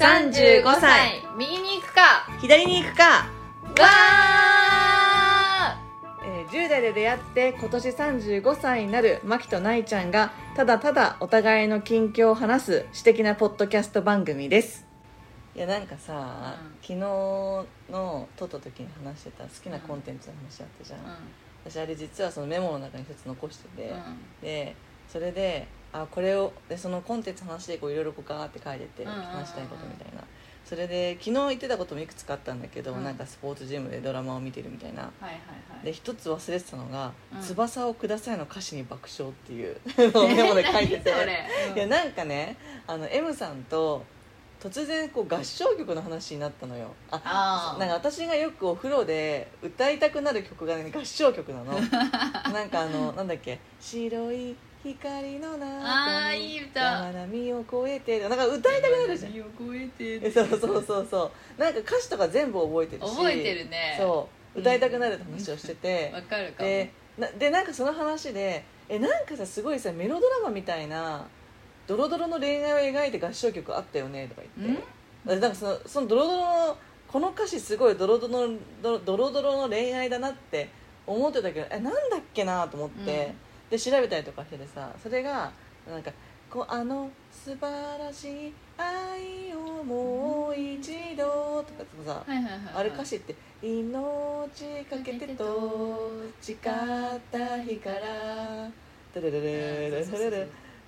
35歳右に行くか左に行くか。 わ 10代で出会って今年35歳になるマキとナイちゃんがただただお互いの近況を話す私的なポッドキャスト番組です。いやなんかさ、昨日の撮った時に話してた好きなコンテンツの話あったじゃん、私あれ実はそのメモの中に一つ残してて、でそれでこれをでそのコンテンツの話でいろいろガーって書いてて話したいことみたいな、それで昨日言ってたこともいくつかあったんだけど、なんかスポーツジムでドラマを見てるみたいな、で一つ忘れてたのが「翼をください」の歌詞に爆笑っていうのをメモで書いてていやなんかねM さんと突然こう合唱曲の話になったのよ。なんか私がよくお風呂で歌いたくなる曲が、ね、合唱曲なのなんかなんだっけ、白い光の中に山並みを越えて、なんか歌いたくなるじゃん。山並みを越えてそうなんか歌詞とか全部覚えてるし、 覚えてるね。 そう歌いたくなるって話をしてて、 わかるかも。 でなんかその話でなんかさすごいさメロドラマみたいなドロドロの恋愛を描いて合唱曲あったよねとか言って、なんかそのドロドロのこの歌詞すごいドロドロの恋愛だなって思ってたけどなんだっけなと思って、で調べたりとかしててさ、それがなんか素晴らしい愛をもう一度とかさ、あれ歌詞って命かけてと誓った日からダララララララ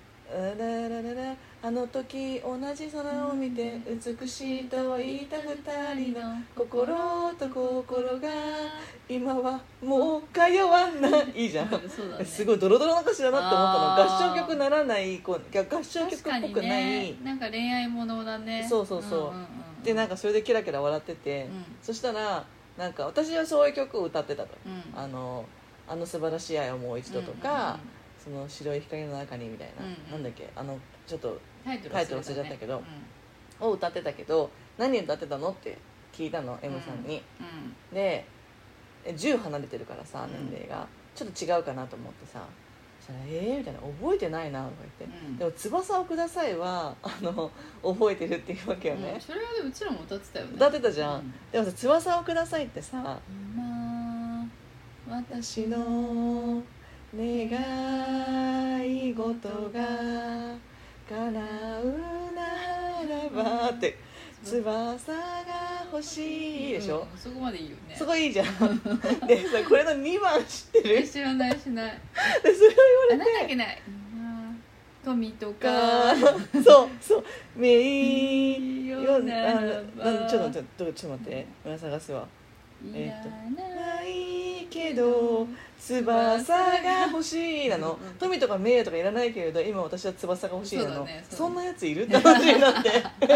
あの時同じ空を見て美しいと言った二人の心と心が今はもう通わないいいじゃんそうだ、ね、すごいドロドロの歌詞だなって思ったの。合唱曲ならない合唱曲っぽくない、 ね、なんか恋愛ものだね。 そう、でなんかそれでキラキラ笑ってて、そしたらなんか私はそういう曲を歌ってたと、素晴らしい愛をもう一度とか、その白い光の中にみたいな、なんだっけちょっとタイトル忘れちゃったけど、を歌ってたけど何歌ってたのって聞いたの M さんに、で10離れてるからさ年齢がちょっと違うかなと思ってさ、そしたらみたいな覚えてないなとか言って、でも翼をくださいは覚えてるっていうわけよね、 それはでもうちらも歌ってたよね。 歌ってたじゃん、でもさ翼をくださいってさ、 今私の願い事が叶うならばって翼が欲しいでしょ、 そこまでいいよね。 そこいいじゃんでさこれの2番知ってる？ 知らないでそれを言われて、なんだっけな、富とかそう名誉ならば、ちょっと待って今探すわ。ないけど翼が欲しいなの、富とか名誉とかいらないけれど今私は翼が欲しいなの、そんなやついるって話になって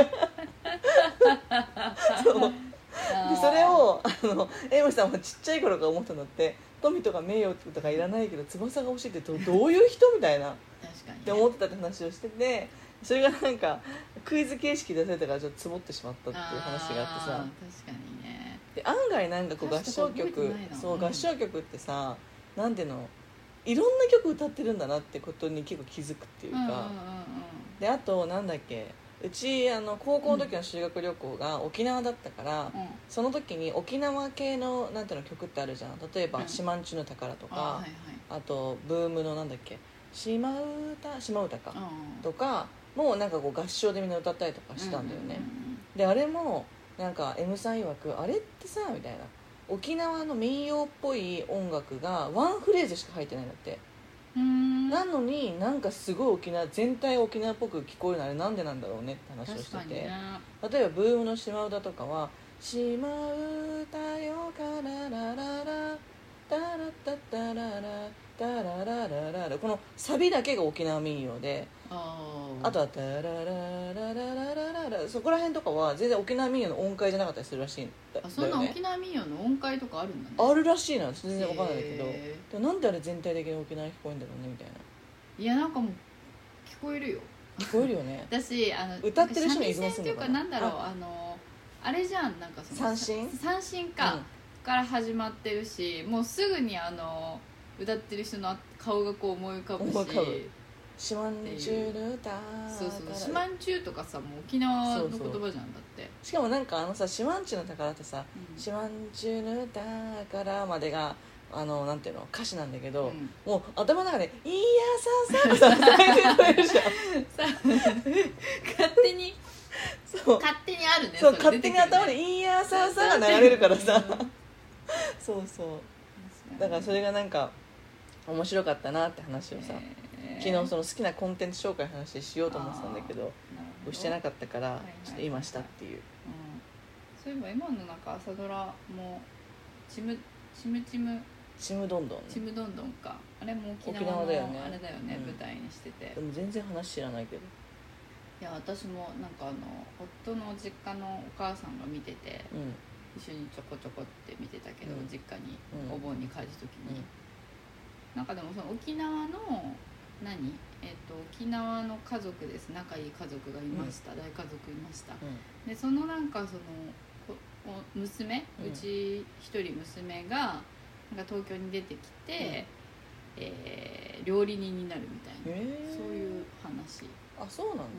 そうでそれをM さんはちっちゃい頃から思ったんだって、富とか名誉とかいらないけど翼が欲しいってどういう人みたいなって思ってたって話をしてて、それがなんかクイズ形式で出されたからちょっとつぼってしまったっていう話があってさ、 確かにね。 で案外なんかこう合唱曲合唱曲ってさ、なんていうのいろんな曲歌ってるんだなってことに結構気づくっていうか、であとなんだっけ、うち高校の時の修学旅行が沖縄だったから、その時に沖縄系のなんていうの曲ってあるじゃん。例えば四万十の宝とか、あとブームのなんだっけ島唄か、とかもうなんかこう合唱でみんな歌ったりとかしたんだよね、であれもなんか M さん曰くあれってさみたいな沖縄の民謡っぽい音楽がワンフレーズしか入ってないんだって。なのになんかすごい全体沖縄っぽく聞こえるのあれなんでなんだろうねって話をしてて、例えばブームの島唄とかは島唄よかららららタラタタララタラララララ、このサビだけが沖縄民謡で、あとはタラララララララ、そこら辺とかは全然沖縄民謡の音階じゃなかったりするらしいんだよね。 そんな沖縄民謡の音階とかあるんだね。 あるらしいな、全然わかんないけど、なんであれ全体的に沖縄に聞こえるんだろうねみたいな。 いやなんかもう聞こえるよ。 聞こえるよね。 私歌ってる人に依存するのかな。っていうかなんだろう、あれじゃん、なんかその三振か、から始まってるし、もうすぐに歌ってる人の顔がこう思い浮かぶし、 シマンチュの歌そうそうシマンチュとかさもう沖縄の言葉じゃんだって。 しかもなんかさシマンチュの宝ってさ、シマンチュの歌からまでがなんていうの歌詞なんだけど、もう頭の中でいやさささされるじゃん勝手に勝手にあるね。 そう勝手に頭でいやささが流れるからさそうそうだからそれがなんか面白かったなって話をさ、昨日その好きなコンテンツ紹介の話しようと思ってたんだけどしてなかったから、ちょっと今したっていう、 そういえば今のなんか朝ドラもちむどんどんちむどんどんか、あれも沖縄のだよね、 あれだよね、舞台にしてて。 でも全然話知らないけど。 いや私もなんか夫の実家のお母さんが見てて、一緒にちょこちょこって見てたけど、実家にお盆に帰る時に、なんかでもその沖縄の沖縄の家族です、仲いい家族がいました、大家族いました、でそのなんかその娘、うち一人娘がなんか東京に出てきて、料理人になるみたいな、そういう話。 あ、そうなんだ。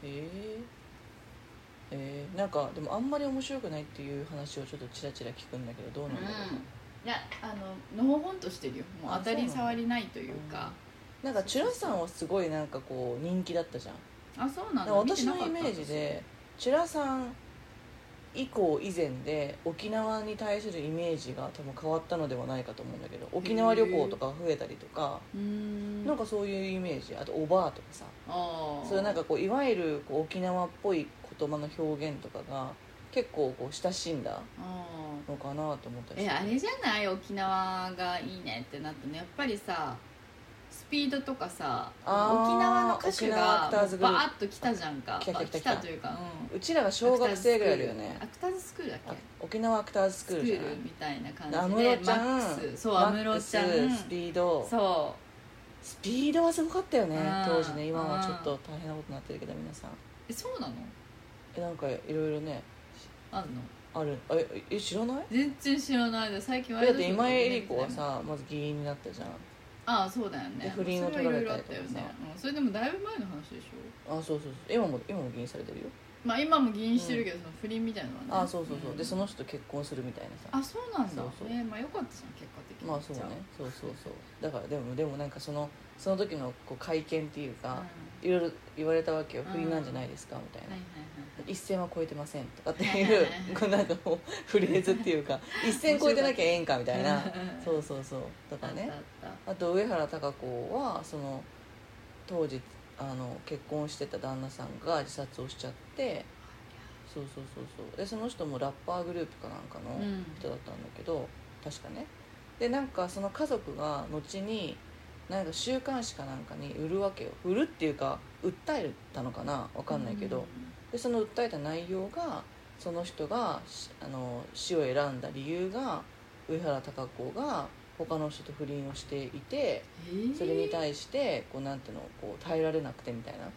なんかでもあんまり面白くないっていう話をちょっとチラチラ聞くんだけど、どうなんだろう。 いやのほほんとしてるよ、もう当たり障りないというか。 なんかチュラさんはすごいなんかこう人気だったじゃん。 あ、そうなんだ。 私のイメージでチュラさん以降以前で沖縄に対するイメージが多分変わったのではないかと思うんだけど、沖縄旅行とか増えたりとか、なんかそういうイメージ。あとおばあとかさ、そういうなんかこういわゆるこう沖縄っぽい言葉の表現とかが結構こう親しんだのかなと思ったりして。 あれじゃない、沖縄がいいねってなったのやっぱりさ、スピードとかさ、沖縄の歌手がバーッと来たじゃんか。来たというか、 うちらが小学生ぐらいだよね。 アクターズスクールだっけ、 沖縄アクターズスクールじゃないみたいな感じで、 安室ちゃん、 そう安室ちゃん、 スピード、 そうスピードはすごかったよね当時ね。今はちょっと大変なことになってるけど皆さん。 そうなの？ なんかいろいろねあるの？ ある。知らない？ 全然知らないで、最近だって今江里子はさ、まず議員になったじゃん。 ああ、そうだよね。 で不倫を取られたりとかさ、 それでもだいぶ前の話でしょ。 あ、そう今も議員されてるよ。 まあ今も議員してるけど、その不倫みたいなのはね。 あ、そうでその人と結婚するみたいなさ。 あ、そうなんだ。まあよかったじゃん、結果的に。 まあそうね、そうだからでもなんかその時のこう会見っていうか、いろいろ言われたわけよ。不倫なんじゃないですかみたいな、一線は超えてませんとかっていうなんかもうフレーズっていうか一線超えてなきゃええんかみたいなそうとかね。あと上原貴子はその当時結婚してた旦那さんが自殺をしちゃって、そうでその人もラッパーグループかなんかの人だったんだけど、確かね。でなんかその家族が後になんか週刊誌かなんかに売るわけよ。売るっていうか訴えたのかな、分かんないけど、でその訴えた内容がその人が死を選んだ理由が上原貴子が他の人と不倫をしていて、それに対してこうなんていうのこう耐えられなくてみたいな、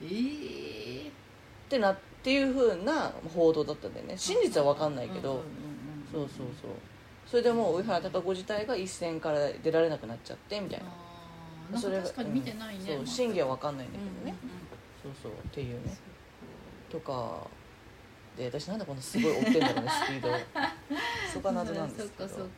っていう風な報道だったんだよね。真実は分かんないけど、そうそれでもう上原貴子自体が一線から出られなくなっちゃってみたいな。 それ確かに見てないね。 そう真偽は分かんないんだけどね、そうっていうねとかで、私なんでこんなすごい追ってんだろうねスピードそこが謎なんですけど、そう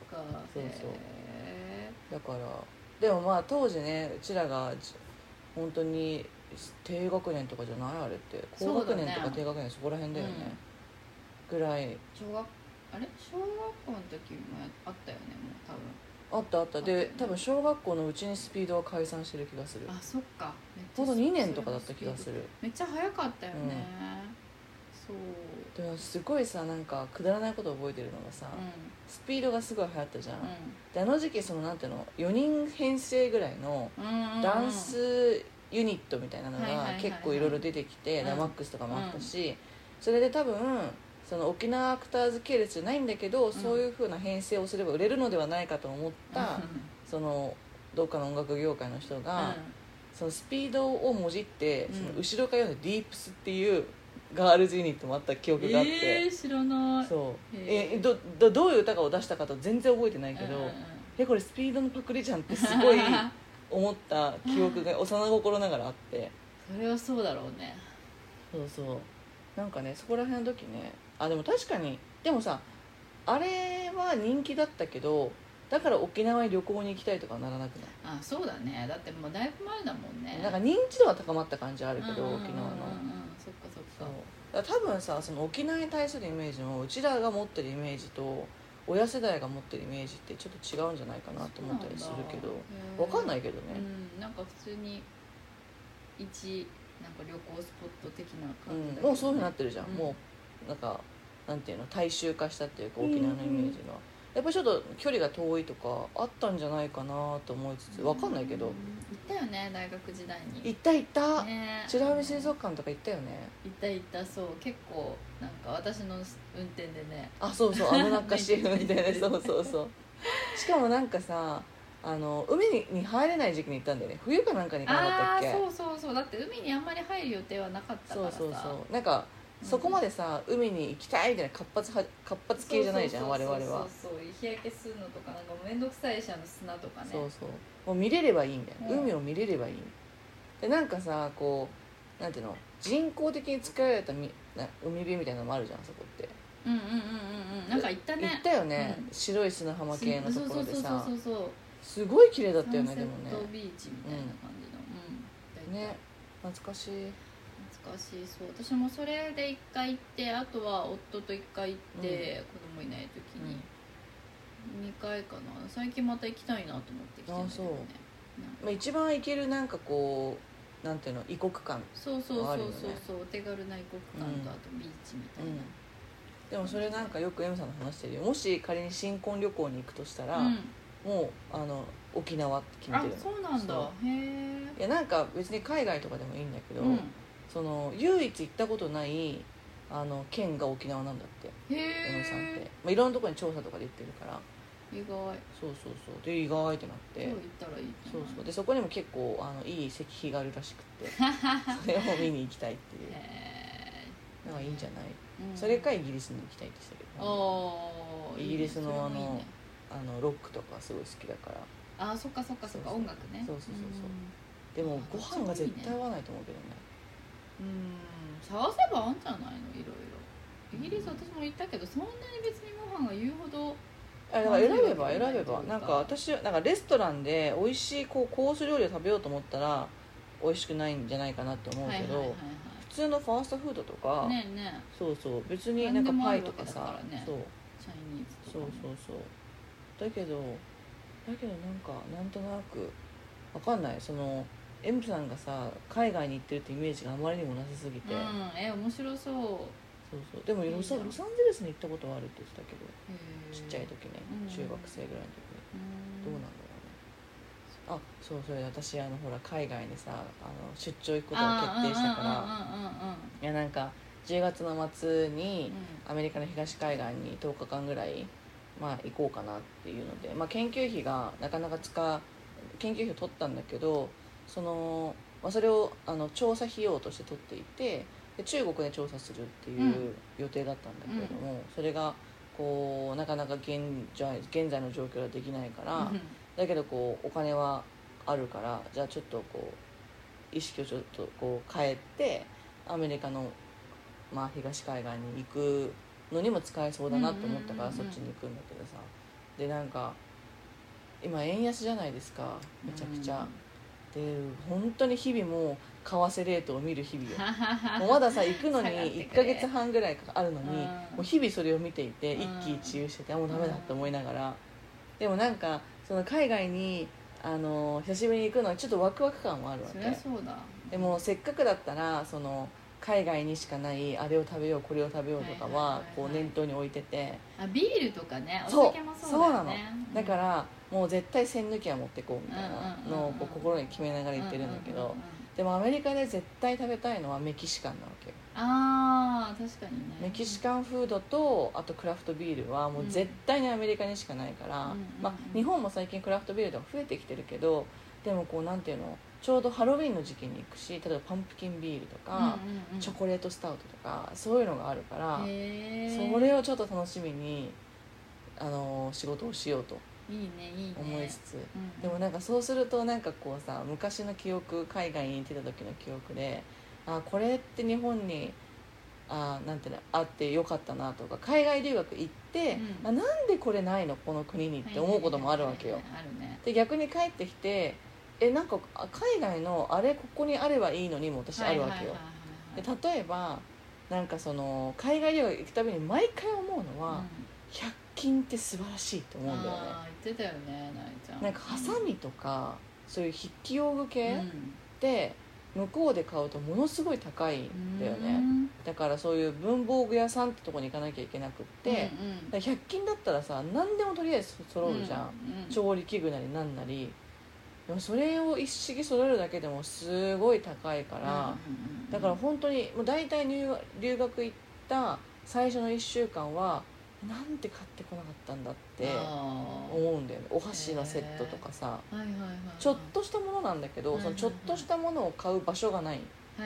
だからでもまあ当時ね、うちらが本当に低学年とかじゃない、あれって高学年とか低学年、そこら辺だよね、ぐらい。小学校の時もあったよね、もう多分あったで、多分小学校のうちにスピードは解散してる気がする。 あ、そっか。 ほんと2年とかだった気がする。 めっちゃ早かったよね、そうでもすごいさ、なんかくだらないこと覚えてるのがさ、スピードがすごい流行ったじゃん、であの時期そのなんていうの4人編成ぐらいのダンスユニットみたいなのが結構いろいろ出てきて、ラマックスとかもあったし、それで多分その沖縄アクターズ系列じゃないんだけど、そういう風な編成をすれば売れるのではないかと思った、そのどっかの音楽業界の人が、そのスピードをもじって、その後ろから読んでディープスっていうガールズユニットもあった記憶があって、 知らない。 そうどういう歌を出したかと全然覚えてないけど、これスピードのパクリじゃんってすごい思った記憶が幼心ながらあって。 それはそうだろうね。 そうそう、なんかねそこら辺の時ね、でも確かに、でもさあれは人気だったけど、だから沖縄に旅行に行きたいとかならなくない？ そうだね、だってもうだいぶ前だもんね。 なんか認知度は高まった感じはあるけど、沖縄の。 そっかそっか。 だから多分さ、その沖縄に対するイメージもうちらが持ってるイメージと親世代が持ってるイメージってちょっと違うんじゃないかなと思ったりするけど、分かんないけどね。 なんか普通になんか旅行スポット的な感じだけど、ね、 もうそういうふうになってるじゃん、もうなんかなんていうの、大衆化したっていうか沖縄のイメージが、やっぱりちょっと距離が遠いとかあったんじゃないかなと思いつつ、分かんないけど。 行ったよね、大学時代に。 行ったね。美ら海水族館とか行ったよね。 行った、そう、結構なんか私の運転でね、 そうそう、危なっかしい運転でそうそうそう。しかもなんかさ、海に入れない時期に行ったんだよね。冬かなんかに行かなかったっけ？ そうだって海にあんまり入る予定はなかったからさ。そうなんかそこまでさ、海に行きたいみたいな活発系じゃないじゃん、我々は。 そう日焼けするのとかなんか面倒くさいし、砂とかね。 そうもう見れればいいみたいな、海を見れればいいで、なんかさ、こうなんていうの、人工的に作られた海辺みたいなのもあるじゃん、そこって。 なんか行ったね。 行ったよね、白い砂浜系のところでさ。 そうすごい綺麗だったよね。でもね、 サンセットビーチみたいな感じの、 ね、懐かしい。 そう、私もそれで1回行って、あとは夫と1回行って、子供いない時に2回かな。最近また行きたいなと思ってきてるんだけどね。 一番行けるなんかこうなんていうの、異国感、 そうお手軽な異国感と、あとビーチみたいな、 でもそれなんかよく M さんの話してるよ。もし仮に新婚旅行に行くとしたら、もう沖縄って決めてるの。 そうなんだ。へえ。 いや、なんか別に海外とかでもいいんだけど、その唯一行ったことない県が沖縄なんだって。 M さんって、いろんなところに調査とかで行ってるから。 意外。 そうで意外ってなって、 行ったらいい。 でそこにも結構いい石碑があるらしくってそれを見に行きたいっていう。なんかいいんじゃない、それかイギリスに行きたいって言ってたけど、イギリスのロックとかすごい好きだから。 そっか音楽ね。 そうでもご飯が絶対合わないと思うけどね。 探せばあんじゃないの、いろいろ。イギリス私も行ったけど、そんなに別にご飯が言うほど。 だから選べばなんか私なんかレストランで美味しいコース料理を食べようと思ったら美味しくないんじゃないかなって思うけど、普通のファーストフードとかそう別になんかパイとかさ、 チャイニーズとかそうだけどなんかなんとなくわかんない、その M さんがさ海外に行ってるってイメージがあまりにもなさすぎて、 面白そう。 でもロサンゼルスに行ったことはあるって言ってたけど、ちっちゃい時ね、中学生ぐらいの時に。どうなんだろうね。それ私ほら海外にさ出張行くことが決定したから、いやなんか10月の末にアメリカの東海岸に10日間ぐらい行こうかなっていうので、研究費がなかなか研究費を取ったんだけど、それを調査費用として取っていて、で中国で調査するっていう予定だったんだけれども、それがこうなかなか現在の状況はできないから、だけどこうお金はあるから、じゃあちょっとこう意識をちょっとこう変えてアメリカの、東海岸に行くのにも使えそうだなと思ったから、そっちに行くんだけどさ、でなんか今円安じゃないですか、めちゃくちゃ。で本当に日々もう為替レートを見る日々よもうまださ行くのに1ヶ月半ぐらいあるのに、もう日々それを見ていて一喜一憂してて、もうダメだって思いながら、でもなんかその海外に久しぶりに行くのはちょっとワクワク感もあるわけ。 そりゃそうだ。 でもせっかくだったらその海外にしかないあれを食べようこれを食べようとかはこう念頭に置いてて、 ビールとかね、お酒もそうだよね。 だからもう絶対栓抜きは持ってこうみたいなのをこう心に決めながら言ってるんだけど、でもアメリカで絶対食べたいのはメキシカンなわけよ。 確かにね。 メキシカンフードとあとクラフトビールはもう絶対にアメリカにしかないから、日本も最近クラフトビールとか増えてきてるけど、でもこうなんていうの、ちょうどハロウィンの時期に行くし、例えばパンプキンビールとか、チョコレートスタウトとかそういうのがあるから、それをちょっと楽しみに仕事をしようといいねいいね思いつつ、 うんでもなんかそうするとなんかこうさ、昔の記憶、海外に行ってた時の記憶で、これって日本になんていうのあってよかったなとか、海外留学行って、なんでこれないのこの国にって思うこともあるわけよ。で逆に帰ってきてなんか海外のあれここにあればいいのにも私あるわけよ。で例えばなんかその海外留学行くたびに毎回思うのは、100均って素晴らしいって思うんだよね。 言ってたよね、なえちゃん。 なんかハサミとか、そういう筆記用具系って向こうで買うとものすごい高いんだよね。だからそういう文房具屋さんってとこに行かなきゃいけなくって、100均だったらさ何でもとりあえず揃うじゃん、調理器具なりなんなり。でもそれを一式揃えるだけでもすごい高いから、だから本当にもう大体留学行った最初の1週間はなんで買ってこなかったんだって思うんだよね。お箸のセットとかさ、ちょっとしたものなんだけど、そのちょっとしたものを買う場所がないから。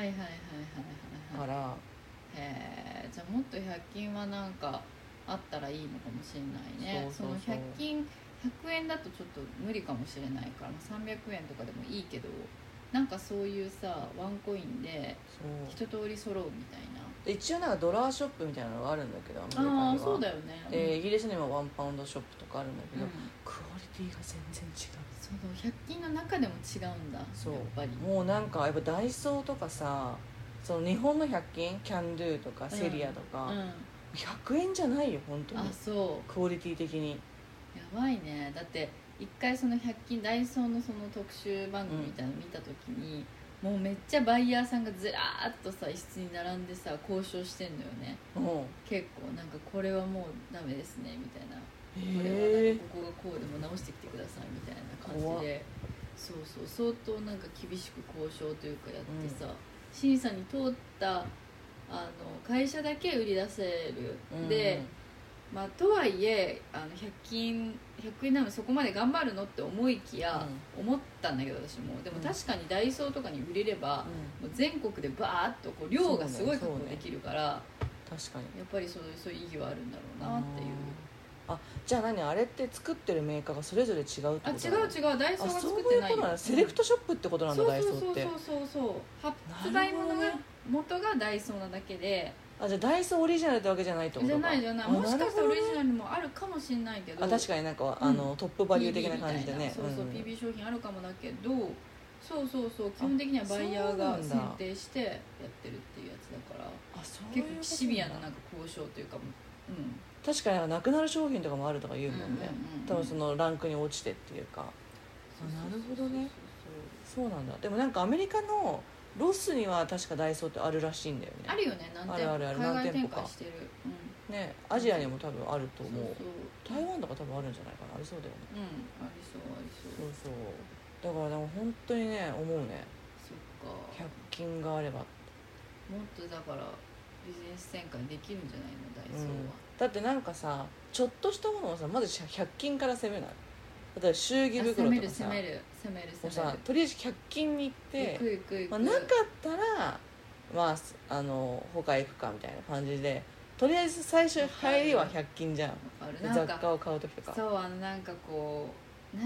じゃあもっと100均はなんかあったらいいのかもしれないね。その100均100円だとちょっと無理かもしれないから、300円とかでもいいけど、なんかそういうさワンコインで一通り揃うみたいな。 一応なんかドラーショップみたいなのがあるんだけど、アメリカには。 そうだよね。 でイギリスにもワンパウンドショップとかあるんだけど、クオリティが全然違う。 そう、100均の中でも違うんだ。 そう、 やっぱりもうなんかやっぱダイソーとかさ、その日本の100均キャンドゥとかセリアとか、100円じゃないよ本当に。そうクオリティ的にやばいね。だって一回その100均ダイソーのその特集番組みたいなの見た時に、もうめっちゃバイヤーさんがずらーっとさ一室に並んでさ交渉してんのよね。結構なんかこれはもうダメですねみたいな、これはなんかここがこうでも直してきてくださいみたいな感じで、そう相当なんか厳しく交渉というかやってさ、審査に通った会社だけ売り出せる、でとはいえ100円なのにそこまで頑張るのって思いきや、思ったんだけど私も。でも確かにダイソーとかに売れれば、もう全国でバーッとこう量がすごい確保できるから、 確かにやっぱりそういう意義はあるんだろうなっていう。 じゃああれって作ってるメーカーがそれぞれ違うってこと？ 違うダイソーが作ってないよ。 セレクトショップってことなんだ、ダイソーって。 そう発売物が元がダイソーなだけで。 じゃあダイソーオリジナルってわけじゃないってことか。 じゃないもしかしたらオリジナルもあるかもしれないけど、 確かになんかトップバリュー的な感じでね、 PB 商品あるかもだけど、そう基本的にはバイヤーが選定してやってるっていうやつだから、結構シビアななんか交渉というか、 確かになくなる商品とかもあるとか言うもんね。多分そのランクに落ちてっていうか。なるほどね。そうなんだ。でもなんかアメリカのロスには確かダイソーってあるらしいんだよね。 あるよね。 ある何店舗かしてる、 ね。アジアにも多分あると思う。台湾とか多分あるんじゃないかな。ありそうだよね。 ありそうそうだからでも本当にね思うね。 そっか。 100均があれば。もっとだからビジネス展開できるんじゃないのダイソーは。 だってなんかさ、ちょっとしたものをさまず100均から攻めない。例えば祝儀袋とかさ、 攻めるさ、とりあえず100均に行ってなかったら他行くかみたいな感じで、とりあえず最初入りは100均じゃん。雑貨を買う時とか。 そうなんかこう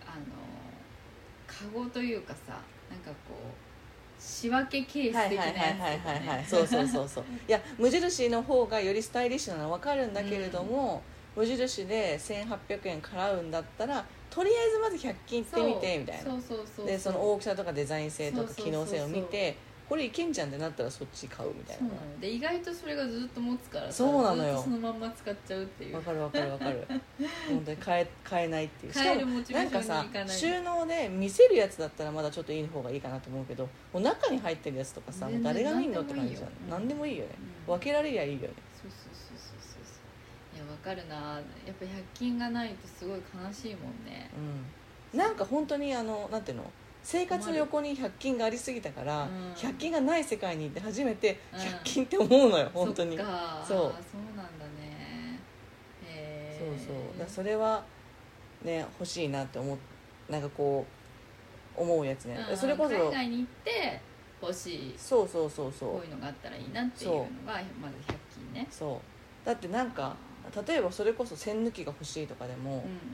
カゴというかさ、なんかこう仕分けケース的なやつとかね。 そういや無印の方がよりスタイリッシュなのは分かるんだけれども、無印で1800円払うんだったらとりあえずまず100均行ってみてみたいな。でその大きさとかデザイン性とか機能性を見て、これいけんじゃんってなったらそっち買うみたいな。 で意外とそれがずっと持つからさ、 そうなのよ。 ずっとそのまんま使っちゃうっていう。 わかる本当に買えないっていう。 買えるモチベーションにいかない。 なんかさ、収納で見せるやつだったらまだちょっといい方がいいかなと思うけど、もう中に入ってるやつとかさ、もう誰が見んのって感じじゃん。何でもいいよね。分けられりゃいいよね。 そういや分かるな。やっぱ100均がないとすごい悲しいもんね。 なんか本当になんていうの、生活の横に100均がありすぎたから、100均がない世界に行って初めて100均って思うのよ、本当に。 そうなんだね。 だそれはね欲しいなってなんかこう思うやつね。それこそ海外に行って欲しい。こういうのがあったらいいなっていうのがまず100均ね。 だってなんか例えばそれこそ栓抜きが欲しいとかでも、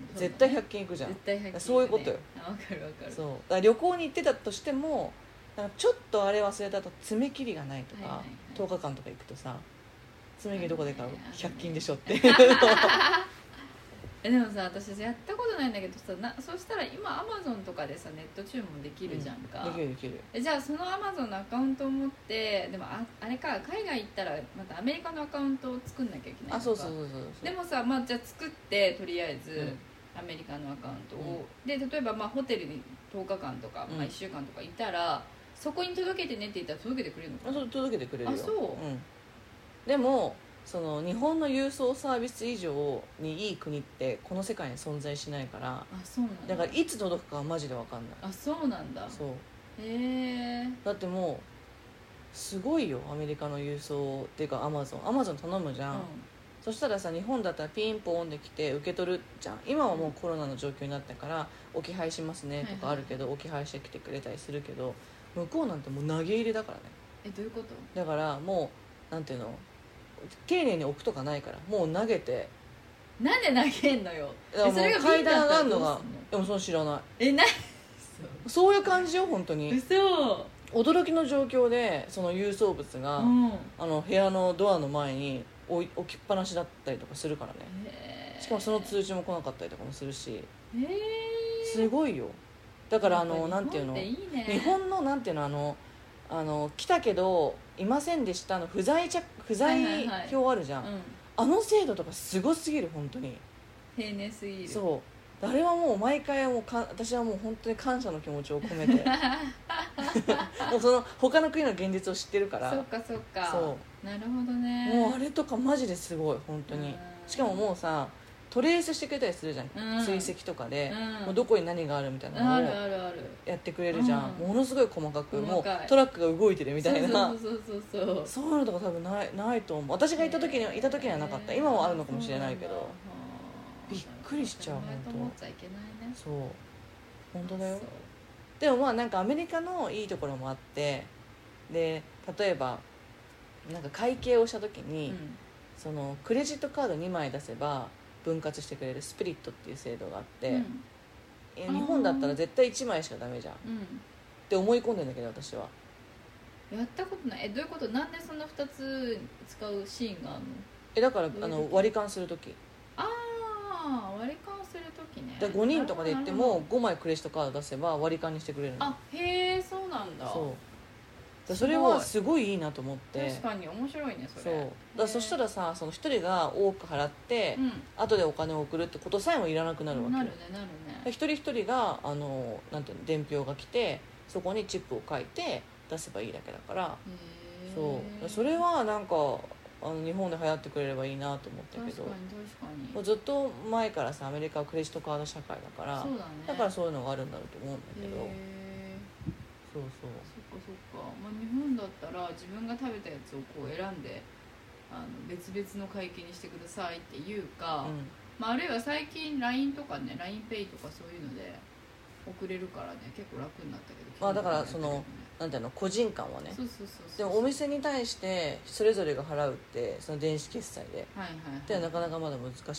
絶対100均行くじゃん。 絶対100均行くね、 そういうことよ。 わかるわかる。 そうだから旅行に行ってたとしてもなんかちょっとあれ忘れたと爪切りがないとか、 はいはいはい、 10日間とか行くとさ爪切りどこで買う、 はいはい 100均でしょっていうでもさ、私やったことないんだけどさ、そうしたら今アマゾンとかでさネット注文できるじゃんか、 できるできる。 じゃあそのアマゾンのアカウントを持って、でもあれか、海外行ったらまたアメリカのアカウントを作んなきゃいけないのか。 そうそうそうそう。 でもさ、まあ、じゃあ作ってとりあえず、 うんアメリカのアカウントを、で例えばまあホテルに10日間とか、まあ、1週間とかいたら、そこに届けてねって言ったら届けてくれるのかな。 そう届けてくれるよ。 そう、 でもその日本の郵送サービス以上にいい国ってこの世界に存在しないから、 そうなんだ。 だからいつ届くかはマジで分かんない。 そうなんだ。 そうへえ。 だってもうすごいよアメリカの郵送っていうかアマゾン頼むじゃん、そしたらさ日本だったらピンポンで来て受け取るじゃん。今はもうコロナの状況になったから置き配しますねとかあるけど、置き配してきてくれたりするけど、向こうなんてもう投げ入れだからね。 どういうこと？ だからもうなんていうの、丁寧に置くとかないから、もう投げて。 なんで投げんのよ。それが階段上がるのがどうすんの？ でもその知らない。 そそういう感じよ本当に。 嘘。 驚きの状況でその郵送物が、部屋のドアの前に置きっぱなしだったりとかするからね。しかもその通知も来なかったりとかもするし、すごいよ。だからなんていうの、日本のなんていうの、来たけどいませんでしたの不在表あるじゃん、あの制度とかすごすぎる本当に。 丁寧すぎる。 そうあれはもう毎回私はもう本当に感謝の気持ちを込めてもうその他の国の現実を知ってるから。 そっかそうなるほどね。 もうあれとかマジですごい本当に。しかももうさトレースしてくれたりするじゃん、追跡とかで、もうどこに何があるみたいなのをやってくれるじゃん、ものすごい細かく、もうトラックが動いてるみたいな、そういうのとか多分ないと思う。私がいた時にはなかった。今はあるのかもしれないけど、びっくりしちゃう本当。そう本当だよ。でもまあなんかアメリカのいいところもあって、で例えばなんか会計をした時に、そのクレジットカード2枚出せば分割してくれるスプリットっていう制度があって、日本だったら絶対1枚しかダメじゃん、って思い込んでんだけど私はやったことない。どういうこと？なんでそんな2つ使うシーンがあるの？ だから割り勘する時、 割り勘する時ね。 5人とかで行っても5枚クレジットカード出せば割り勘にしてくれるの。 へえ、そうなんだ。 それはすごいいいなと思って。 確かに面白いねそれ。 そしたらさ、その1人が多く払って、後でお金を送るってことさえもいらなくなるわけよ。一人一人がなんていうの、伝票が来てそこにチップを書いて出せばいいだけだから。それはなんか日本で流行ってくれればいいなと思ったけど、もうずっと前からさアメリカはクレジットカード社会だから、だからそういうのがあるんだろうと思うんだけど。そっか、 まあ、日本だったら自分が食べたやつをこう選んで別々の会計にしてくださいっていうか、まあ、あるいは最近 LINE とかね LINEPay とかそういうので送れるからね結構楽になったけど、 まあだからそのなんていうの、個人間はね。でもお店に対してそれぞれが払うってその電子決済で、ってはなかなかまだ難しくない。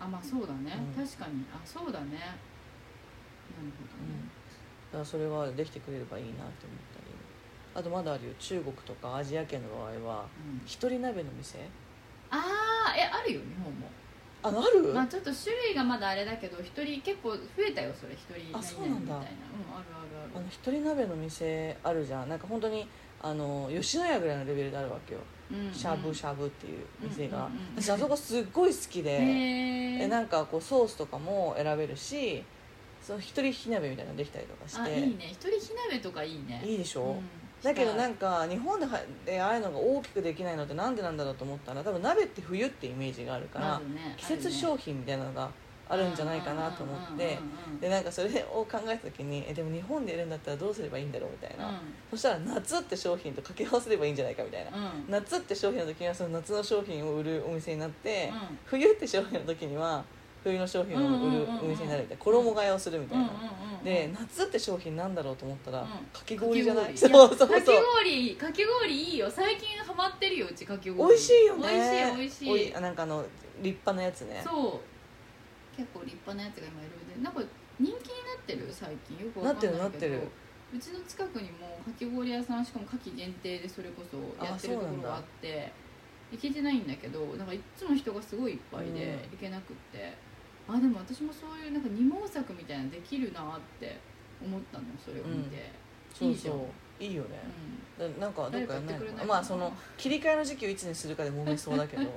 まあそうだね、確かにそうだね。なるほどね。 だからそれはできてくれればいいなって思ったり、あとまだあるよ、中国とかアジア圏の場合は一人鍋の店、 あるよ日本も。 ある？ まあちょっと種類がまだあれだけど、一人結構増えたよそれ。一人何々みたいな。 そうなんだ。 ある。 一人鍋の店あるじゃん。なんか本当に吉野家ぐらいのレベルであるわけよ、しゃぶしゃぶっていう店が。私あそこすっごい好きで、なんかこうソースとかも選べるし、その一人火鍋みたいなのできたりとかして。 いいね、一人火鍋とかいいね。 いいでしょ、だけどなんか日本でああいうのが大きくできないのってなんでなんだろうと思ったら、多分鍋って冬ってイメージがあるから、季節商品みたいなのがあるんじゃないかなと思って、でなんかそれを考えた時にでも日本でやるんだったらどうすればいいんだろうみたいな、そしたら夏って商品と掛け合わせればいいんじゃないかみたいな、夏って商品の時にはその夏の商品を売るお店になって、冬って商品の時には冬の商品を売るお店になるみたいな、衣替えをするみたいな。で夏って商品なんだろうと思ったら、かき氷じゃない。そうかき氷いいよ。最近ハマってるようちかき氷。 美味しいよね。 美味しい。 なんか立派なやつね。 そう結構立派なやつが今いろいろでなんか人気になってる最近よくわかんないけどうちの近くにもかき氷屋さんしかも夏季限定でそれこそやってるところがあって行けてないんだけどなんかいつも人がすごいいっぱいで行けなくって、でも私もそういうなんか二毛作みたいなのできるなって思ったのそれを見て、 いいじゃんいいよね、なんかどっかやんないのまあその切り替えの時期をいつにするかで揉めそうだけど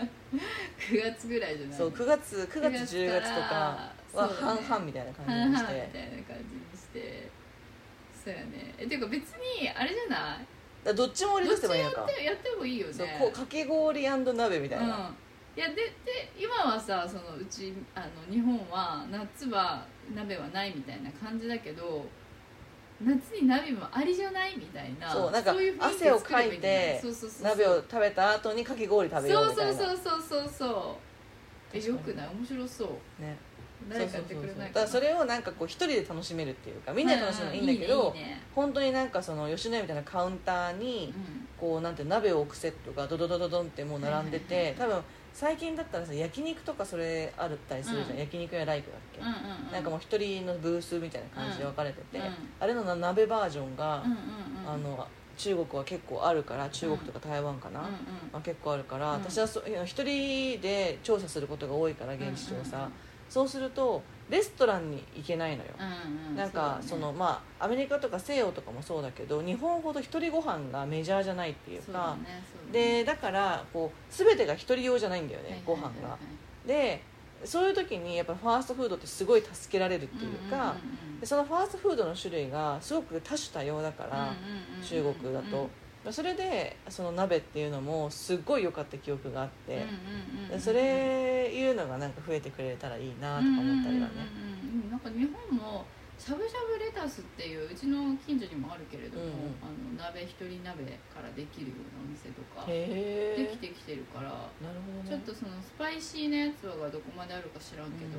9月ぐらいじゃないそう9月10月とかは半々みたいな感じにして、 みたいな感じにしてそうやねっていうか別にあれじゃないだどっちも売り出せばいいのかやってもいいよねそうこうかき氷鍋みたいな、 いやで今はさそのうち日本は夏は鍋はないみたいな感じだけど夏に鍋もありじゃないみたいなそうなんか汗をかいて鍋を食べた後にかき氷食べようみたいなそうよくない面白そうね誰かやってくれないかなだからそれをなんかこう一人で楽しめるっていうかみんなで楽しむのはいいんだけど、本当になんかその吉野家みたいなカウンターにこうなんて鍋を置くセットがドドドドドンってもう並んでて、多分最近だったらさ焼肉とかそれあったりするじゃん、焼肉やライクだっけ、なんかもう一人のブースみたいな感じで分かれてて、あれの鍋バージョンが、中国は結構あるから中国とか台湾かな、結構あるから、私は一人で調査することが多いから現地調査、そうするとレストランに行けないのよ、なんかそのまあアメリカとか西洋とかもそうだけど日本ほど一人ご飯がメジャーじゃないっていうか、でだからこう全てが一人用じゃないんだよね、ご飯が。でそういう時にやっぱファーストフードってすごい助けられるっていうか、でそのファーストフードの種類がすごく多種多様だから、中国だと。それでその鍋っていうのもすっごい良かった記憶があって、それいうのがなんか増えてくれたらいいなとか思ったりはね。 なんか日本もしゃぶしゃぶレタスっていううちの近所にもあるけれども、鍋一人鍋からできるようなお店とかできてきてるから、 なるほどね、 ちょっとそのスパイシーなやつはどこまであるか知らんけど、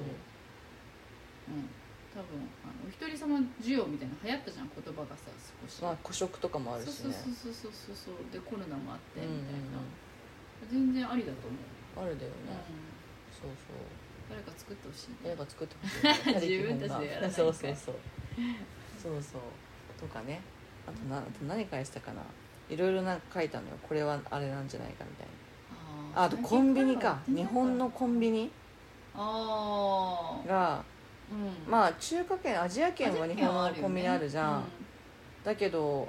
多分お一人様需要みたいな流行ったじゃん言葉がさ少し、 個食とかもあるしね。 そうでコロナもあってみたいな、全然ありだと思う。 あるだよね、そう誰か作ってほしい、 誰か作ってほしい自分たちでやらないかい。 そうとかね。あと何返したかな、いろいろなんか書いたのよ、これはあれなんじゃないかみたいな。あとコンビニか、日本のコンビニがまあ中華圏アジア圏は日本のコンビニあるじゃん、だけど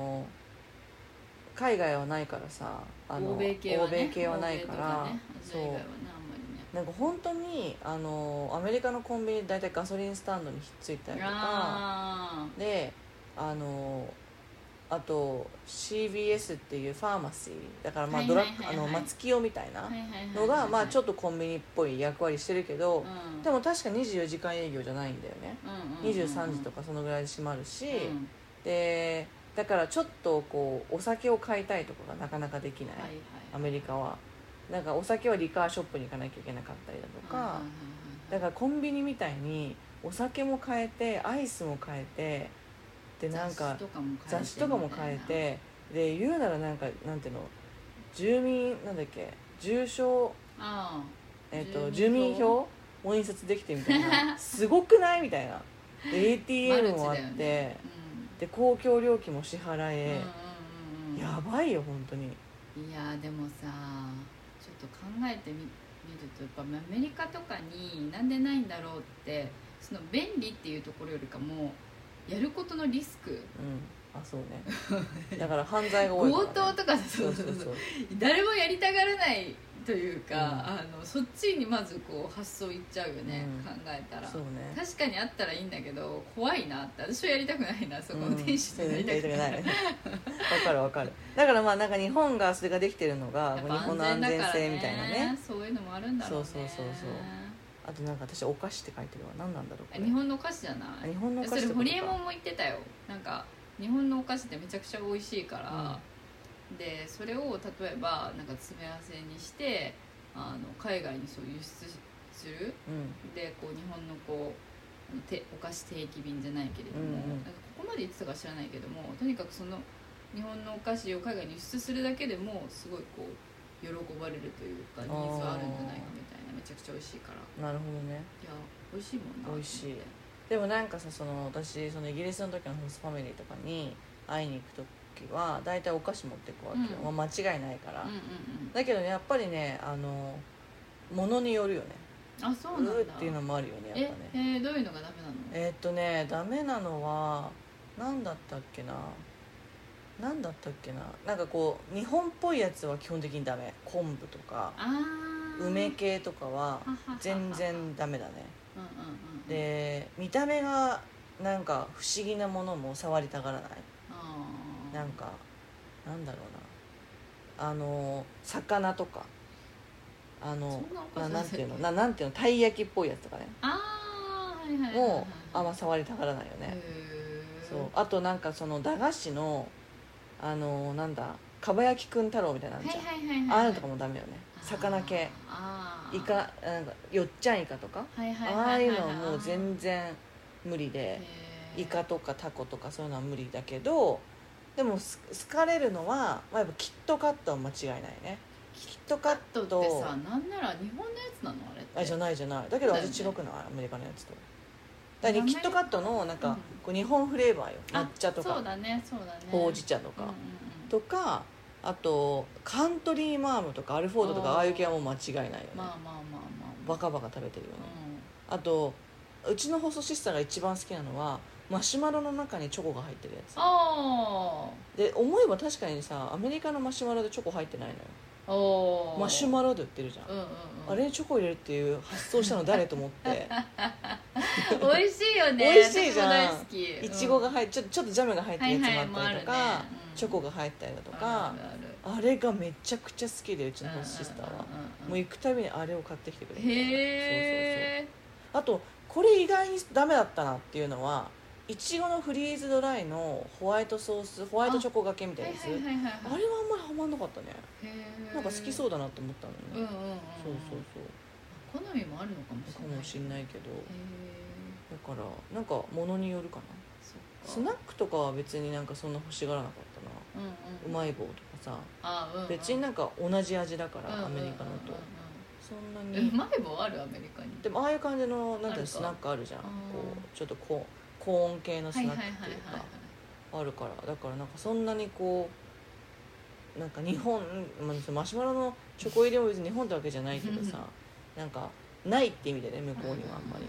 海外はないからさ、欧米系はないから、そうなんか本当にアメリカのコンビニ大体ガソリンスタンドにひっついたりとかで、あと CVS っていうファーマシーだから、まあドラッグ松清みたいなのがまあちょっとコンビニっぽい役割してるけど、でも確か24時間営業じゃないんだよね、23時とかそのぐらいで閉まるし、でだからちょっとこうお酒を買いたいとかがなかなかできない、アメリカは。なんかお酒はリカーショップに行かなきゃいけなかったりだとか、だからコンビニみたいにお酒も買えてアイスも買えて、でなんか雑誌とかも買えて、で言うならなんかなんていうの、住民なんだっけ住民票も印刷できてみたいなすごくないみたいな、で ATM もあって、で公共料金も支払え、やばいよ本当に。 いやでもさちょっと考えてみるとやっぱアメリカとかになんでないんだろうって、その便利っていうところよりかもやることのリスク、 そうねだから犯罪が多いから、ね、 強盗とかそう誰もやりたがらないというか、そっちにまずこう発想いっちゃうよね、考えたら、 そうね、 確かにあったらいいんだけど怖いなって、私はやりたくないな、そこの店主でやりたくない、 わかるだからまあなんか日本がそれができてるのが日本の安全性みたいなね、 そういうのもあるんだろうね。 そうあとなんか私お菓子って書いてるわ、何なんだろうこれ。 日本のお菓子じゃない、 日本のお菓子ってことか。 それホリエモンも言ってたよ、なんか日本のお菓子ってめちゃくちゃ美味しいから、でそれを例えばなんか詰め合わせにして海外にそう輸出する、でこう日本のこうお菓子定期便じゃないけれども、なんかここまで言ってたか知らないけども、とにかくその日本のお菓子を海外に輸出するだけでもすごいこう喜ばれるというかニーズがあるんじゃないかみたいな、めちちゃくちゃ美味しいから。 なるほどね。 いや美味しいもんな。 美味しい。でもなんかさ、私そのイギリスの時のホストファミリーとかに会いに行く時は大体お菓子持ってくわけよ、まあ、間違いないから、だけどねやっぱりねものによるよね。 あ、そうなんだ。 っていうのもあるよねやっぱね。 どういうのがダメなの？ ダメなのは何だったっけな。なんかこう日本っぽいやつは基本的にダメ。昆布とか梅系とかは全然ダメだね。で見た目がなんか不思議なものも触りたがらない。なんかなんだろうな、魚とかなんていうのたい焼きっぽいやつとかね、もうあんま触りたがらないよね。そう、あとなんかその駄菓子のなんだかば焼きくん太郎みたいなのあるじゃん、ああいうのとかもダメよね。魚系、イカなんかよっちゃんイカとか、ああいうのはもう全然無理で、イカとかタコとかそういうのは無理だけど、でも好かれるのは、まあ、やっぱキットカットは間違いないね。キットカットってさ、なんなら日本のやつなのあれって。 じゃないだけど味違くない？アメリカのやつと。だからキットカットのなんかこう日本フレーバーよ。抹茶とかほうじ茶とか、とか、あとカントリーマームとかアルフォードとか、ああいう系はもう間違いないよね。バカバカ食べてるよね。あとうちのホストシスターが一番好きなのはマシュマロの中にチョコが入ってるやつで、思えば確かにさアメリカのマシュマロでチョコ入ってないのよ。マシュマロで売ってるじゃん、あれにチョコ入れるっていう発想したの誰と思って美味しいよね。 美味しいじゃん。 大好き。 いちごが入ってちょっとジャムが入ってるやつもあったりとか、チョコが入ったりだとか、あれがめちゃくちゃ好きで、うちのホストシスターはもう行くたびにあれを買ってきてくれる。へえ。あとこれ意外にダメだったなっていうのは、いちごのフリーズドライのホワイトソース、ホワイトチョコがけみたいなやつ、あれはあんまりハマんなかったね。なんか好きそうだなって思ったのね。 好みもあるのかもしれないけど、だからなんか物によるかな。スナックとかは別になんかそんな欲しがらなかったな。うまい棒とかさ、別になんか同じ味だからアメリカのとそんなに。 うまい棒あるアメリカに。 でもああいう感じのなんてスナックあるじゃん。こうちょっと高温系のスナックっていうかあるから、だからなんかそんなにこうなんか日本、マシュマロのチョコ入れも別に日本ってわけじゃないけどさ、なんかないって意味でね、向こうにはあんまり。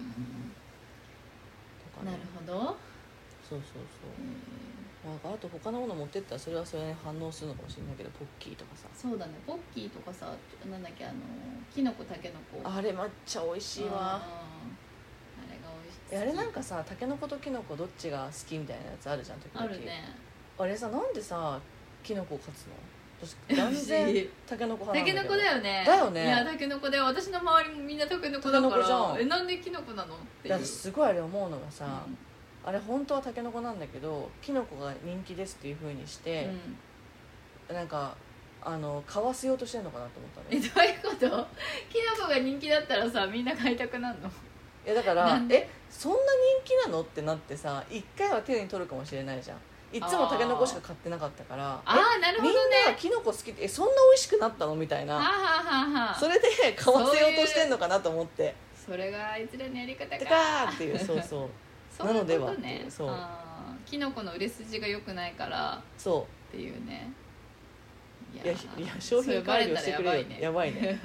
なるほど。 そうなんかあと他のもの持ってったらそれはそれに反応するのかもしれないけど、ポッキーとかさ。 そうだね、ポッキーとかさ、なんだっけ、きのこたけのこ、 あれ抹茶美味しいわ。 あれが美味しい。 あれなんかさ、たけのこときのこどっちが好きみたいなやつあるじゃん、時々。 あるね。 あれさ、なんでさきのこ勝つの？私断然たけのこ派なんだけど。 たけのこだよね。 だよね。 いやたけのこで、私の周りもみんなたけのこだから、なんできのこなのっていう。 だってすごいあれ思うのがさ、あれ本当はたけのこなんだけどきのこが人気ですっていう風にして、なんか買わせようとしてるのかなと思ったね。 どういうこと？きのこが人気だったらさ、みんな買いたくなるの？ いやだからそんな人気なのってなってさ、一回は手に取るかもしれないじゃん。いつもたけのこしか買ってなかったから、 なるほどね、 みんながきのこ好きってそんな美味しくなったのみたいな、それで買わせようとしてんのかなと思って、 それがあいつらのやり方かっていうなのではっていう。 きのこの売れ筋が良くないからっていうね。 いや商品開業してくれよ。やばいね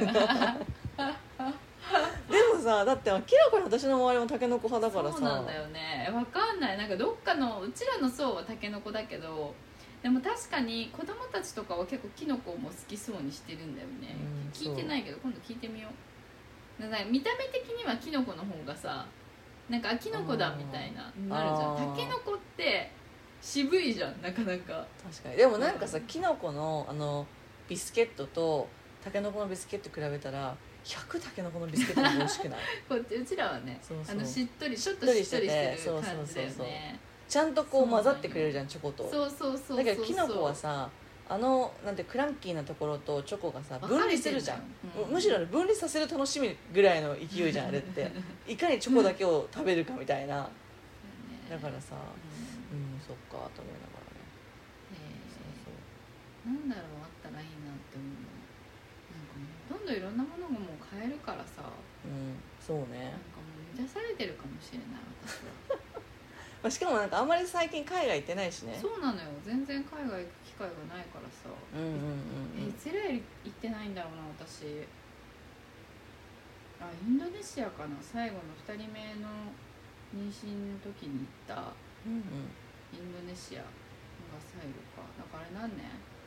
でもさ、だって明らかに私の周りもたけのこ派だからさ。 そうなんだよね、分かんない。なんかどっかのうちらの層はたけのこだけど、でも確かに子供たちとかは結構きのこも好きそうにしてるんだよね。聞いてないけど今度聞いてみよう。なんか見た目的にはきのこの方がさ、なんかきのこだみたいななるじゃん。たけのこって渋いじゃん、なかなか。 確かに。でもなんかさ、きのこのビスケットとたけのこのビスケット比べたら100たけのこのビスケットが美味しくない？ こううちらはね、しっとりちょっとしっとりしてる感じだよね。 ちゃんとこう混ざってくれるじゃん、チョコと。 そうだけどきのこはさ、なんてクランキーなところとチョコがさ分離するじゃん。むしろ分離させる楽しみぐらいの勢いじゃんあれって。いかにチョコだけを食べるかみたいな。だからさ、そっかと思いながらね。 なんだろう、あったらいいなって思うの。なんかほとんどいろんなものがもう買えるからさ、 そうね、 なんかもう満たされてるかもしれない私はしかもなんかあんまり最近海外行ってないしね。 そうなのよ、全然海外行く機会がないからさ、いつらい行ってないんだろうな私。インドネシアかな、最後の2人目の妊娠の時に行った、インドネシアが最後か。だからあれ何年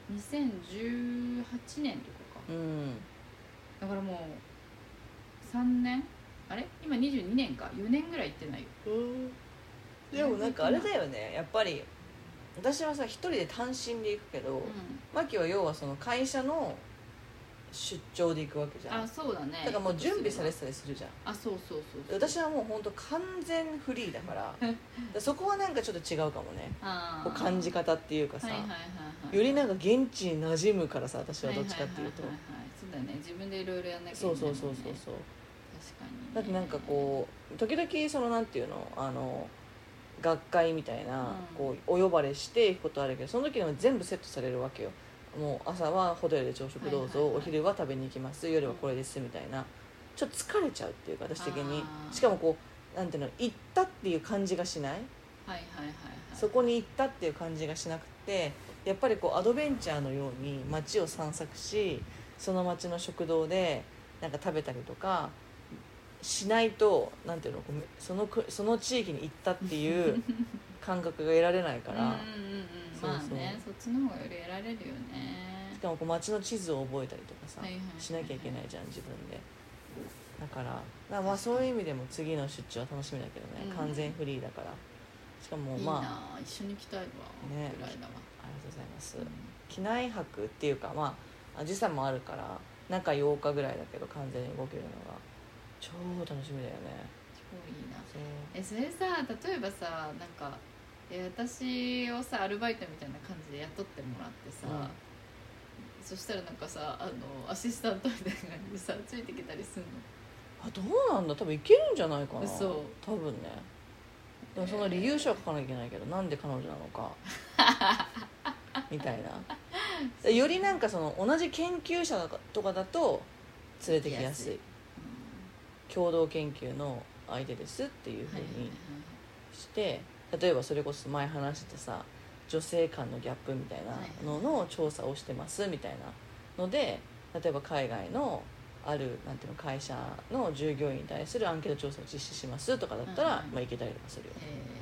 ？2018年とかか、だからもう3年、あれ今22年か、4年ぐらい行ってないよ。 でもなんかあれだよね、やっぱり私はさ一人で単身で行くけど、マキは要はその会社の出張で行くわけじゃん。 そうだね。 だからもう準備されてたりするじゃん。 そう私はもう本当完全フリーだからそこはなんかちょっと違うかもね。こう感じ方っていうかさ、よりなんか現地に馴染むからさ、私はどっちかっていうと。 そうだね、自分でいろいろやんなきゃいけないもんね。そう確かに、ね、 だってなんかこう時々そのなんていうの、学会みたいな、こうお呼ばれして行くことあるけど、その時でも全部セットされるわけよ。もう朝はホテルで朝食どうぞ、お昼は食べに行きます、夜はこれですみたいな。ちょっと疲れちゃうっていうか、私的に。しかもこうなんていうの、行ったっていう感じがしない、そこに行ったっていう感じがしなくて、やっぱりこうアドベンチャーのように街を散策し、その街の食堂でなんか食べたりとかしないと、なんていうの、その地域に行ったっていう感覚が得られないからまあね、そっちの方がより得られるよね。 しかもこう街の地図を覚えたりとかさ、しなきゃいけないじゃん自分で。だからまあそういう意味でも次の出張は楽しみだけどね、完全フリーだから。しかもまあいいな、一緒に来たいわ、 ね、 ぐらいだわ。 ありがとうございます、機内泊っていうか、まあ時差もあるから中8日ぐらいだけど完全に動けるのが超楽しみだよね。 超いいな。それさ、例えばさ、なんか私をさアルバイトみたいな感じで雇ってもらってさ、そしたらなんかさアシスタントみたいな感じでさついてきたりするの？ どうなんだ、多分いけるんじゃないかな。 そう多分ね。でもその理由書は書かなきゃいけないけど、なんで彼女なのかみたいな。よりなんかその同じ研究者とかだと連れてきやすい、共同研究の相手ですっていうふうにして、例えばそれこそ前話してさ、女性間のギャップみたいなのの調査をしてますみたいなので、例えば海外のあるなんていうの会社の従業員に対するアンケート調査を実施しますとかだったら、まあ行けたりとかするよ。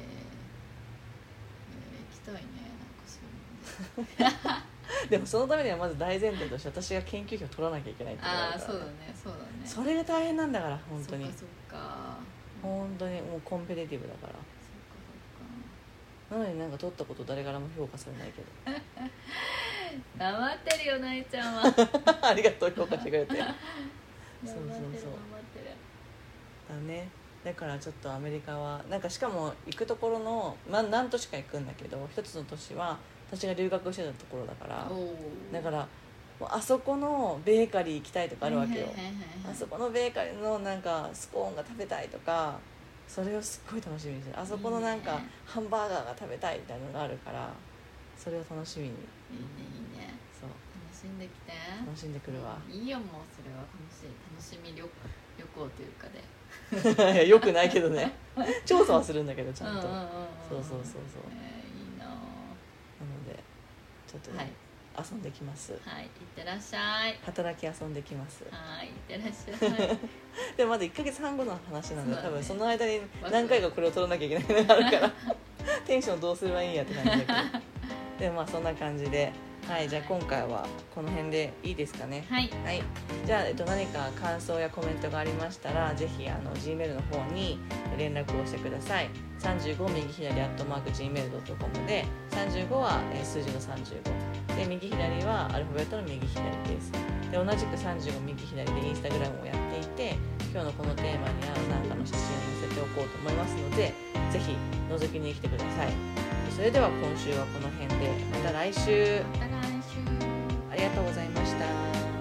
行きたいね、なんかそういうのでもそのためにはまず大前提として私が研究費を取らなきゃいけないってことだから、 そうだね。 それが大変なんだから、本当に。 そっか本当にもうコンペティティブだから。なのになんか取ったこと誰からも評価されないけど黙ってるよ、なえちゃんはありがとう、評価してくれてそう黙ってるだね。だからちょっとアメリカはなんか、しかも行くところの、何都市か行くんだけど、一つの都市は私が留学してたところだから、だからあそこのベーカリー行きたいとかあるわけよ。あそこのベーカリーのなんかスコーンが食べたいとか、それをすっごい楽しみにしてる。あそこのなんかハンバーガーが食べたいみたいなのがあるから、それを楽しみに。いいね。そう、楽しんできて。 楽しんでくるわ。 いいよ、もうそれは楽しみ旅行というかでいや、よくないけどね調査はするんだけどちゃんと。そう、いいな。なのでちょっとね、遊んできます。 いってらっしゃい。 働き遊んできます。 いってらっしゃいでもまだ1ヶ月半後の話なんで、多分その間に何回かこれを取らなきゃいけないのがあるからテンションどうすればいいんやって感じだけどでもまあそんな感じで、じゃあ今回はこの辺でいいですかね。じゃあ、何か感想やコメントがありましたら、ぜひGmail の方に連絡をしてください。35右左@gmail.com で、35は数字の35で、右左はアルファベットの右左です。で、同じく35右左でインスタグラムをやっていて、今日のこのテーマに合う何かの写真を載せておこうと思いますので、ぜひ覗きに来てください。それでは今週はこの辺で、また来週。ありがとうございました。